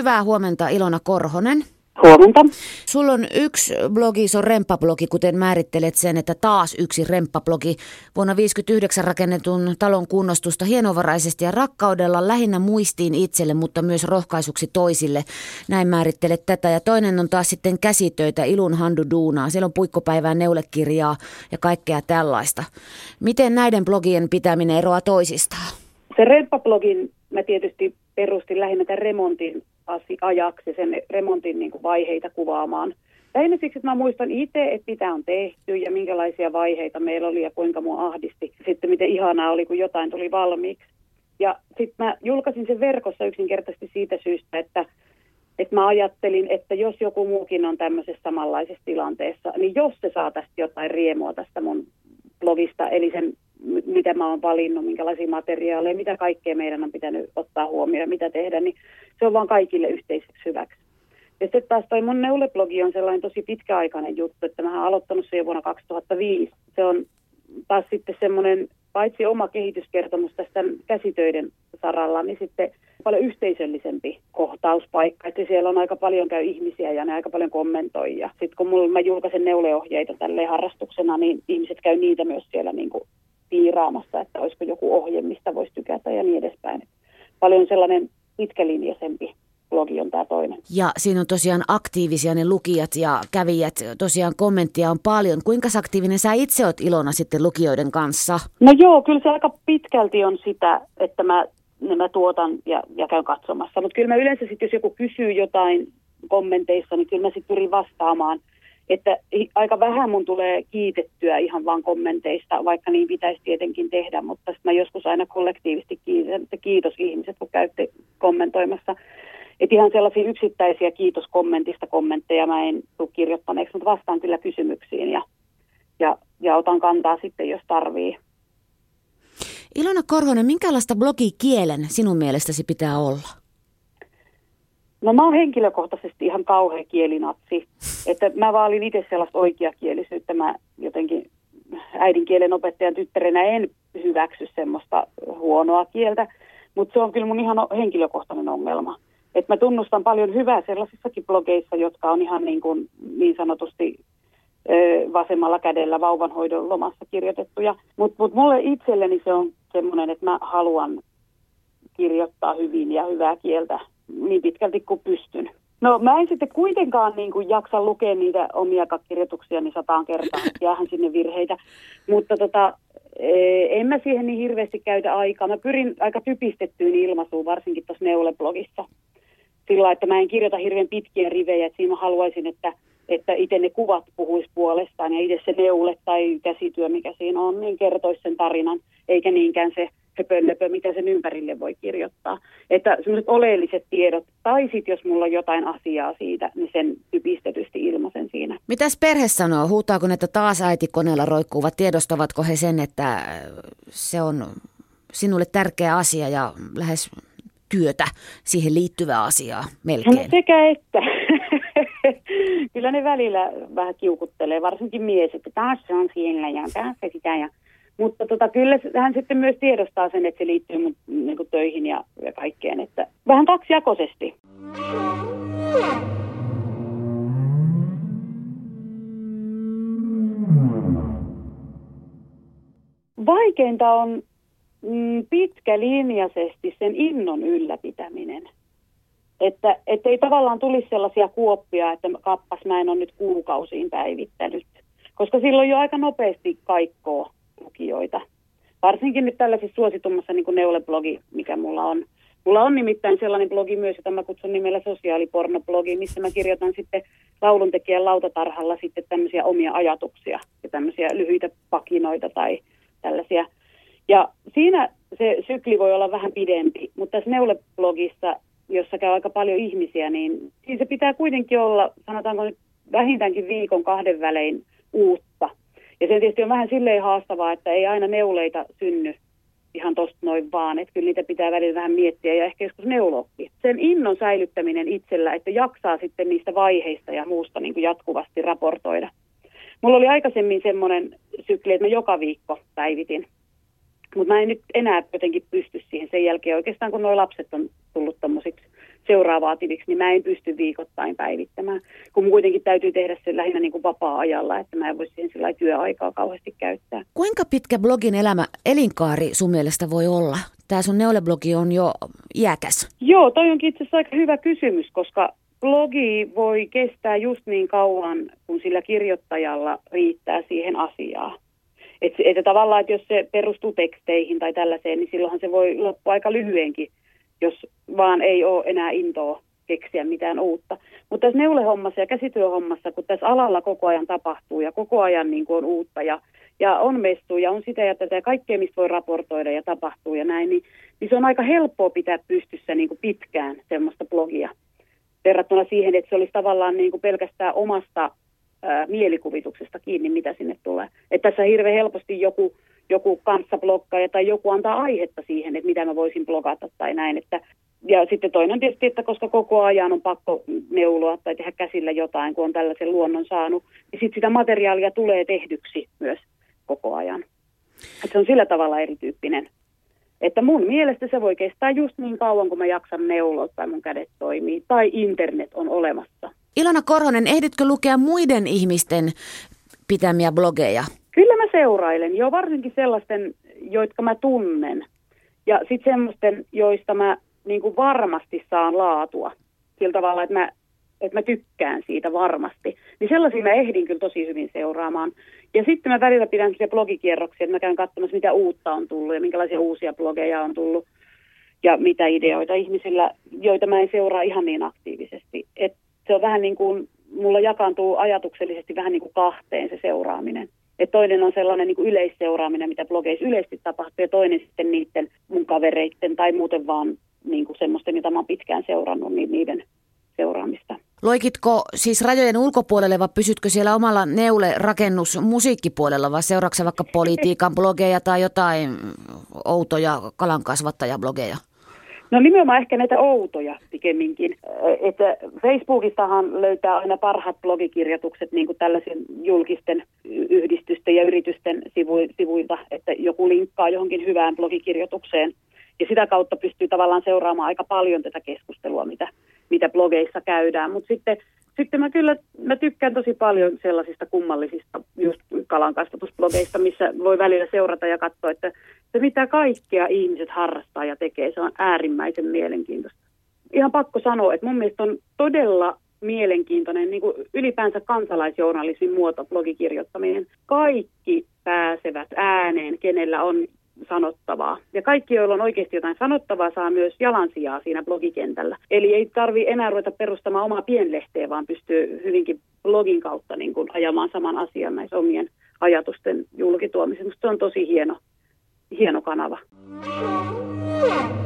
Hyvää huomenta, Ilona Korhonen. Huomenta. Sulla on yksi blogi, se on remppablogi, kuten määrittelet sen, että taas yksi remppablogi. Vuonna 1959 rakennetun talon kunnostusta hienovaraisesti ja rakkaudella lähinnä muistiin itselle, mutta myös rohkaisuksi toisille. Näin määrittelet tätä. Ja toinen on taas sitten käsitöitä, Ilun Handu duunaa. Siellä on puikkopäivää, neulekirjaa ja kaikkea tällaista. Miten näiden blogien pitäminen eroaa toisistaan? Se remppablogin mä tietysti perustin lähinnä tämän remontin ajaksi, sen remontin niin kuin vaiheita kuvaamaan. Lähinnä siksi, että mä muistan itse, että mitä on tehty ja minkälaisia vaiheita meillä oli ja kuinka mua ahdisti. Sitten miten ihanaa oli, kun jotain tuli valmiiksi. Ja sitten mä julkaisin sen verkossa yksinkertaisesti siitä syystä, että mä ajattelin, että jos joku muukin on tämmöisessä samanlaisessa tilanteessa, niin jos se saa tästä jotain riemua tästä mun blogista, eli sen mitä mä oon valinnut, minkälaisia materiaaleja, mitä kaikkea meidän on pitänyt ottaa huomioon, mitä tehdä, niin se on vaan kaikille yhteiseksi hyväksi. Ja sitten taas toi mun neuleblogi on sellainen tosi pitkäaikainen juttu, että mä oon aloittanut sen jo vuonna 2005. Se on taas sitten semmoinen, paitsi oma kehityskertomus tästä käsitöiden saralla, niin sitten paljon yhteisöllisempi kohtauspaikka. Että siellä on aika paljon käy ihmisiä ja ne aika paljon kommentoi. Ja sitten kun mä julkaisen neuleohjeita tälleen harrastuksena, niin ihmiset käy niitä myös siellä niin kuin piiraamassa, että olisiko joku ohje, mistä voisi tykätä ja niin edespäin. Paljon sellainen pitkälinjaisempi blogi on tämä toinen. Ja siinä on tosiaan aktiivisia ne lukijat ja kävijät, tosiaan kommenttia on paljon. Kuinka aktiivinen sä itse oot, Ilona, sitten lukijoiden kanssa? No joo, kyllä se aika pitkälti on sitä, että mä tuotan ja käyn katsomassa. Mutta kyllä mä yleensä sitten, jos joku kysyy jotain kommenteissa, niin kyllä mä sitten pyrin vastaamaan. Että aika vähän mun tulee kiitettyä ihan vaan kommenteista, vaikka niin pitäisi tietenkin tehdä, mutta mä joskus aina kollektiivisesti kiitän, että kiitos ihmiset, kun käytte kommentoimassa. Että ihan sellaisia yksittäisiä kiitoskommentista kommentteja mä en tule kirjoittaneeksi, mutta vastaan kyllä kysymyksiin ja otan kantaa sitten, jos tarvii. Ilona Korhonen, minkälaista blogikielen sinun mielestäsi pitää olla? No mä oon henkilökohtaisesti ihan kauhea kielinatsi, että mä vaalin itse sellaista oikeakielisyyttä. Mä jotenkin äidinkielen opettajan tyttärenä en hyväksy semmoista huonoa kieltä, mutta se on kyllä mun ihan henkilökohtainen ongelma. Että mä tunnustan paljon hyvää sellaisissakin blogeissa, jotka on ihan niin sanotusti vasemmalla kädellä vauvanhoidon lomassa kirjoitettuja. Mutta mulle itselleni se on semmoinen, että mä haluan kirjoittaa hyvin ja hyvää kieltä niin pitkälti kuin pystyn. No mä en sitten kuitenkaan jaksa lukea niitä omia kirjoituksia niin 100 kertaa, jäähän sinne virheitä, mutta en mä siihen niin hirveästi käytä aikaa. Mä pyrin aika typistettyyn ilmaisuun, varsinkin tuossa neuleblogissa. Sillä että mä en kirjoita hirveän pitkiä rivejä, että siinä mä haluaisin, että itse ne kuvat puhuisi puolestaan ja itse se neule tai käsityö, mikä siinä on, niin kertoisi sen tarinan, eikä niinkään se höpönlöpö, mitä sen ympärille voi kirjoittaa. Että sellaiset oleelliset tiedot, tai sitten jos mulla on jotain asiaa siitä, niin sen typistetysti ilmaisen siinä. Mitäs perhe sanoo? Huutaako ne, että taas äiti koneella roikkuvat? Tiedostavatko he sen, että se on sinulle tärkeä asia ja lähes työtä siihen liittyvää asiaa melkein? No sekä että. Kyllä ne välillä vähän kiukuttelee, varsinkin mies, että taas se on siellä ja taas se sitä ja... Mutta kyllä hän sitten myös tiedostaa sen, että se liittyy mun töihin ja kaikkeen, että vähän kaksijakoisesti. Vaikeinta on pitkälinjaisesti sen innon ylläpitäminen. Että ei tavallaan tulisi sellaisia kuoppia, että kappas mä en ole nyt kuukausiin päivittänyt, koska silloin jo aika nopeasti kaikkoo lukijoita. Varsinkin nyt tällaisessa suositummassa niin kuin neuleblogi, mikä mulla on. Mulla on nimittäin sellainen blogi myös, jota mä kutsun nimellä sosiaalipornoblogi, missä mä kirjoitan sitten lauluntekijän lautatarhalla sitten tämmöisiä omia ajatuksia ja tämmöisiä lyhyitä pakinoita tai tällaisia. Ja siinä se sykli voi olla vähän pidempi, mutta tässä neuleblogissa, jossa käy aika paljon ihmisiä, niin siinä se pitää kuitenkin olla, sanotaanko nyt vähintäänkin viikon 2 välein uutta. Ja se tietysti on vähän silleen haastavaa, että ei aina neuleita synny ihan tosta noin vaan, että kyllä niitä pitää välillä vähän miettiä ja ehkä joskus neuloakin. Sen innon säilyttäminen itsellä, että jaksaa sitten niistä vaiheista ja muusta niin kuin jatkuvasti raportoida. Mulla oli aikaisemmin semmoinen sykli, että mä joka viikko päivitin, mutta mä en nyt enää jotenkin pysty siihen sen jälkeen oikeastaan, kun nuo lapset on tullut tommosiksi seuraa vaativiksi, niin mä en pysty viikoittain päivittämään. Kun kuitenkin täytyy tehdä se lähinnä niin kuin vapaa-ajalla, että mä en voi siihen sillä työaikaa kauheasti käyttää. Kuinka pitkä blogin elinkaari sun mielestä voi olla? Tämä sun neuleblogi on jo iäkäs. Joo, toi onkin itse asiassa aika hyvä kysymys, koska blogi voi kestää just niin kauan, kun sillä kirjoittajalla riittää siihen asiaan. Että tavallaan, että jos se perustuu teksteihin tai tällaiseen, niin silloinhan se voi loppua aika lyhyenkin, jos vaan ei ole enää intoa keksiä mitään uutta. Mutta tässä neulehommassa ja käsityöhommassa, kun tässä alalla koko ajan tapahtuu ja koko ajan niin kuin on uutta ja on messuja ja on sitä ja tätä ja kaikkea, mistä voi raportoida ja tapahtuu ja näin, niin se on aika helppoa pitää pystyssä niin kuin pitkään semmoista blogia verrattuna siihen, että se olisi tavallaan niin kuin pelkästään omasta mielikuvituksesta kiinni, mitä sinne tulee. Että tässä hirveän helposti joku kanssabloggaja tai joku antaa aihetta siihen, että mitä mä voisin blogata tai näin. Ja sitten toinen on tietysti, että koska koko ajan on pakko neuloa tai tehdä käsillä jotain, kun on tällaisen luonnon saanut, niin sitten sitä materiaalia tulee tehdyksi myös koko ajan. Että se on sillä tavalla erityyppinen. Että mun mielestä se voi kestää just niin kauan, kun mä jaksan neuloa tai mun kädet toimii tai internet on olemassa. Ilona Korhonen, ehditkö lukea muiden ihmisten pitämiä blogeja? Kyllä mä seurailen, jo varsinkin sellaisten, jotka mä tunnen. Ja sitten semmoisten, joista mä niin kuin varmasti saan laatua. Sillä tavalla, että mä tykkään siitä varmasti. Niin sellaisia mä ehdin kyllä tosi hyvin seuraamaan. Ja sitten mä välillä pidän sellaisia blogikierroksia, että mä käyn katsomassa, mitä uutta on tullut ja minkälaisia uusia blogeja on tullut. Ja mitä ideoita ihmisillä, joita mä en seuraa ihan niin aktiivisesti. Et se on vähän niin kuin, mulla jakaantuu ajatuksellisesti vähän niin kuin kahteen se seuraaminen. Et toinen on sellainen niin kuin yleisseuraaminen, mitä blogeissa yleisesti tapahtuu, ja toinen sitten niiden mun kavereitten tai muuten vaan niin kuin semmoisten, mitä mä oon pitkään seurannut, niin niiden seuraamista. Loikitko siis rajojen ulkopuolelle vai pysytkö siellä omalla neule-rakennus musiikkipuolella vai seuraatko vaikka politiikan blogeja tai jotain outoja kalankasvattajablogeja? No nimenomaan ehkä näitä outoja pikemminkin. Että Facebookistahan löytää aina parhaat blogikirjoitukset niin kuin tällaisen julkisten yhdistysten ja yritysten sivuilta, että joku linkkaa johonkin hyvään blogikirjoitukseen. Ja sitä kautta pystyy tavallaan seuraamaan aika paljon tätä keskustelua, mitä blogeissa käydään. Mutta sitten mä tykkään tosi paljon sellaisista kummallisista just kalankasvatusblogeista, missä voi välillä seurata ja katsoa, että se mitä kaikkea ihmiset harrastaa ja tekee, se on äärimmäisen mielenkiintoista. Ihan pakko sanoa, että mun mielestä on todella mielenkiintoinen niin kuin ylipäänsä kansalaisjournalismin muoto, blogikirjoittaminen. Kaikki pääsevät ääneen, kenellä on sanottavaa. Ja kaikki, joilla on oikeasti jotain sanottavaa, saa myös jalansijaa siinä blogikentällä. Eli ei tarvitse enää ruveta perustamaan omaa pienlehteä, vaan pystyy hyvinkin blogin kautta niin kuin ajamaan saman asian näissä omien ajatusten julkituomiseen. Minusta se on tosi hieno kanava.